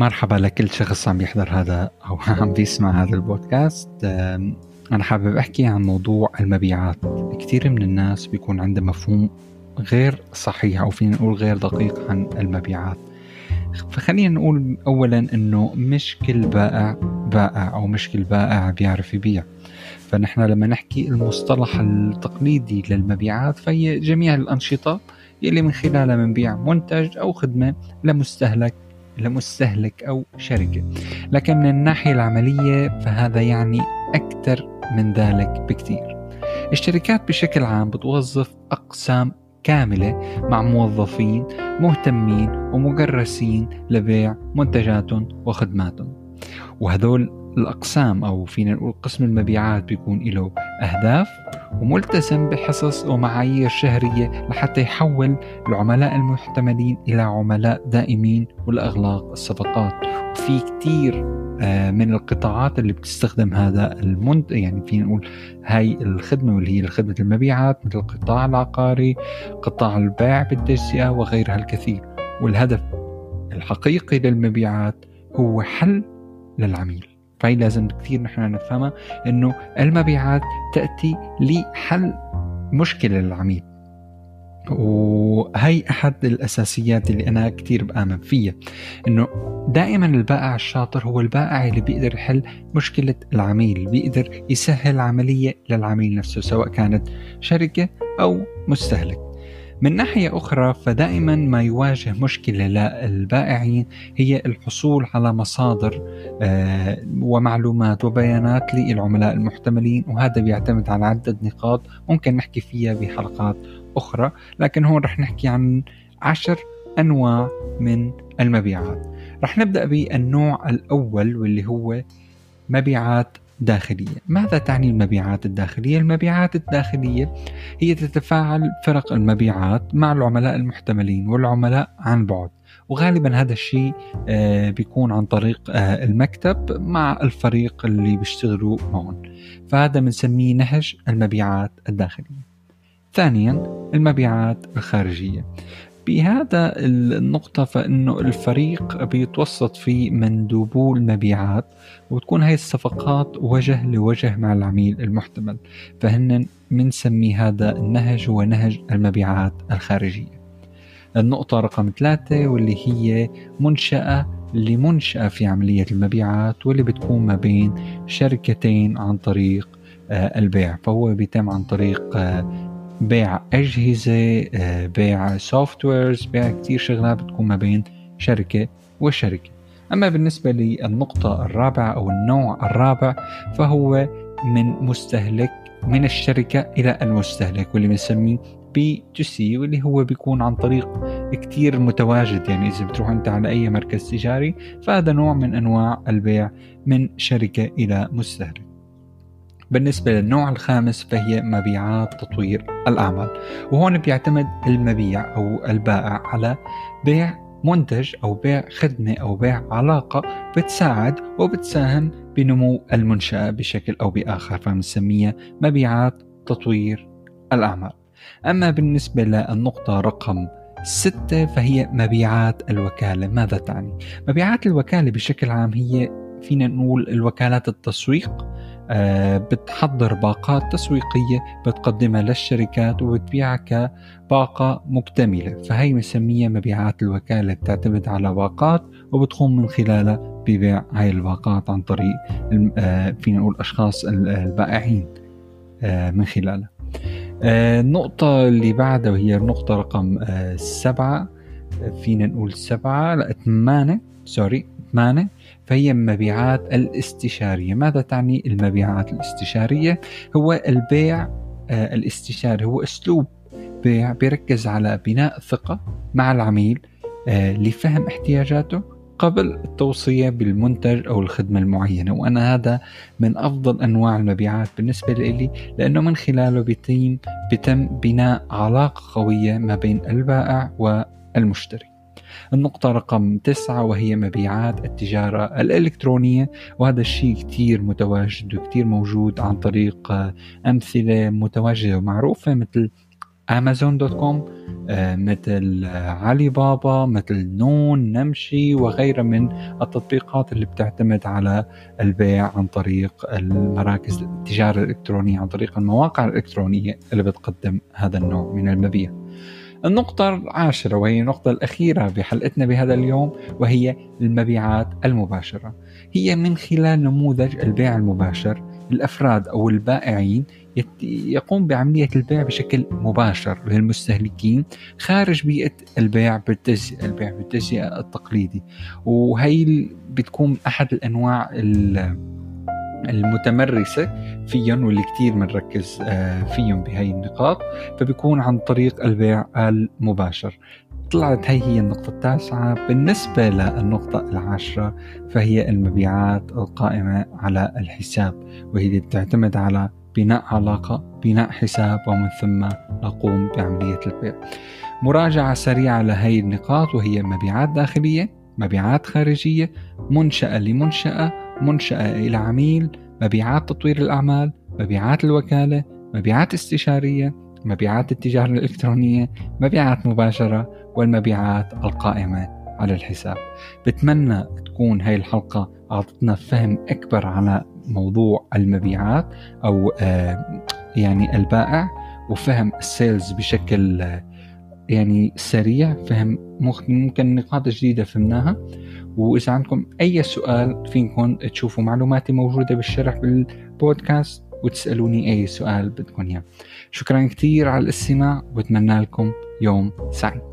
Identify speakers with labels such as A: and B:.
A: مرحبا لكل شخص عم بيحضر هذا أو عم بيسمع هذا البودكاست. أنا حابب أحكي عن موضوع المبيعات. كثير من الناس بيكون عنده مفهوم غير صحيح أو فينا نقول غير دقيق عن المبيعات. فخلينا نقول أولا أنه مش كل بائع أو مش كل بائع بيعرف يبيع. فنحن لما نحكي المصطلح التقليدي للمبيعات فهي جميع الأنشطة يلي من خلالها منبيع منتج أو خدمة لمستهلك أو شركة. لكن من الناحية العملية فهذا يعني أكثر من ذلك بكثير. الشركات بشكل عام بتوظف أقسام كاملة مع موظفين مهتمين ومكرسين لبيع منتجاتهم وخدماتهم، وهذول الأقسام أو فينا نقول قسم المبيعات بيكون له أهداف وملتزم بحصص ومعايير شهرية لحتى يحول العملاء المحتملين إلى عملاء دائمين والأغلاق الصفقات. وفي كتير من القطاعات اللي بتستخدم هذا يعني فينا نقول هاي الخدمة واللي هي خدمة المبيعات، مثل القطاع العقاري، قطاع البيع بالتجزئة وغيرها الكثير. والهدف الحقيقي للمبيعات هو حل للعميل. فهي لازم كثير نحن نفهمها إنه المبيعات تأتي لحل مشكلة للعميل، وهي أحد الأساسيات اللي أنا كثير بآمن فيها، إنه دائما البائع الشاطر هو البائع اللي بيقدر يحل مشكلة العميل، بيقدر يسهل عملية للعميل نفسه سواء كانت شركة أو مستهلك. من ناحية أخرى فدائما ما يواجه مشكلة للبائعين هي الحصول على مصادر ومعلومات وبيانات للعملاء المحتملين، وهذا بيعتمد على عدة نقاط ممكن نحكي فيها بحلقات أخرى، لكن هون رح نحكي عن 10 أنواع من المبيعات. رح نبدأ بالنوع الأول واللي هو مبيعات داخلية. ماذا تعني المبيعات الداخلية؟ المبيعات الداخلية هي تتفاعل فرق المبيعات مع العملاء المحتملين والعملاء عن بعد، وغالبا هذا الشيء بيكون عن طريق المكتب مع الفريق اللي بيشتغلوا معهم، فهذا بنسميه نهج المبيعات الداخلية. ثانيا المبيعات الخارجية. بهذا النقطة فإنه الفريق بيتوسط في مندوبو المبيعات، وتكون هاي الصفقات وجه لوجه مع العميل المحتمل، فهن منسمي هذا النهج هو نهج المبيعات الخارجية. النقطة رقم 3 واللي هي منشأة في عملية المبيعات، واللي بتكون ما بين شركتين عن طريق البيع، فهو بيتم عن طريق بيع أجهزة، بيع سوفتويرز، بيع كتير شغلات بتكون ما بين شركة وشركة. أما بالنسبة للنقطة الرابعة أو النوع الرابع فهو من الشركة إلى المستهلك، واللي بنسميه B2C، واللي هو بيكون عن طريق كتير متواجد. يعني إذا بتروح أنت على أي مركز تجاري فهذا نوع من أنواع البيع من شركة إلى مستهلك. بالنسبة للنوع الخامس فهي مبيعات تطوير الأعمال، وهون بيعتمد المبيع أو البائع على بيع منتج أو بيع خدمة أو بيع علاقة بتساعد وبتساهم بنمو المنشأة بشكل أو بآخر، فنسميها مبيعات تطوير الأعمال. أما بالنسبة للنقطة رقم 6 فهي مبيعات الوكالة. ماذا تعني؟ مبيعات الوكالة بشكل عام هي فينا نقول الوكالات التسويق، بتحضر باقات تسويقية بتقدمها للشركات وبتبيعها كباقة مكتملة، فهي مسمية مبيعات الوكالة، بتعتمد على باقات وبتقوم من خلالها ببيع هاي الباقات عن طريق فينا نقول أشخاص البائعين من خلالها. النقطة اللي بعدها وهي النقطة رقم 7، فينا نقول 8 فهي المبيعات الاستشارية. ماذا تعني المبيعات الاستشارية؟ هو البيع الاستشاري هو أسلوب بيع بيركز على بناء ثقة مع العميل لفهم احتياجاته قبل التوصية بالمنتج أو الخدمة المعينة. وأنا هذا من أفضل أنواع المبيعات بالنسبة لي، لأنه من خلاله بيتم بناء علاقة قوية ما بين البائع والمشتري. النقطة رقم 9 وهي مبيعات التجارة الإلكترونية، وهذا الشيء كتير متواجد وكتير موجود عن طريق أمثلة متواجدة ومعروفة مثل Amazon.com، مثل علي بابا، مثل نون، نمشي وغيرها من التطبيقات اللي بتعتمد على البيع عن طريق المراكز التجارة الإلكترونية، عن طريق المواقع الإلكترونية اللي بتقدم هذا النوع من المبيع. النقطة العاشرة وهي النقطة الأخيرة بحلقتنا بهذا اليوم، وهي المبيعات المباشرة. هي من خلال نموذج البيع المباشر الأفراد أو البائعين يقوم بعملية البيع بشكل مباشر للمستهلكين خارج بيئة البيع بالتجزئة التقليدي. وهي بتكون أحد الأنواع المتمرسة فيهم واللي كتير بنركز فيهم بهاي النقاط، فبيكون عن طريق البيع المباشر. طلعت هي النقطة التاسعة. بالنسبة للنقطة العاشرة فهي المبيعات القائمة على الحساب، وهي بتعتمد على بناء علاقة، بناء حساب، ومن ثم نقوم بعملية البيع. مراجعة سريعة لهي النقاط، وهي مبيعات داخلية، مبيعات خارجية، منشأة لمنشأة، منشأة إلى عميل، مبيعات تطوير الأعمال، مبيعات الوكالة، مبيعات استشارية، مبيعات التجارة الإلكترونية، مبيعات مباشرة، والمبيعات القائمة على الحساب. بتمنى تكون هاي الحلقة أعطتنا فهم أكبر على موضوع المبيعات أو يعني البائع، وفهم السيلز بشكل يعني سريع، فهم ممكن نقاط جديدة فهمناها. وإذا عندكم أي سؤال فينكم تشوفوا معلوماتي موجودة بالشرح بالبودكاست وتسألوني أي سؤال بدكم إياه. شكرا كتير على الاستماع، وبتمنى لكم يوم سعيد.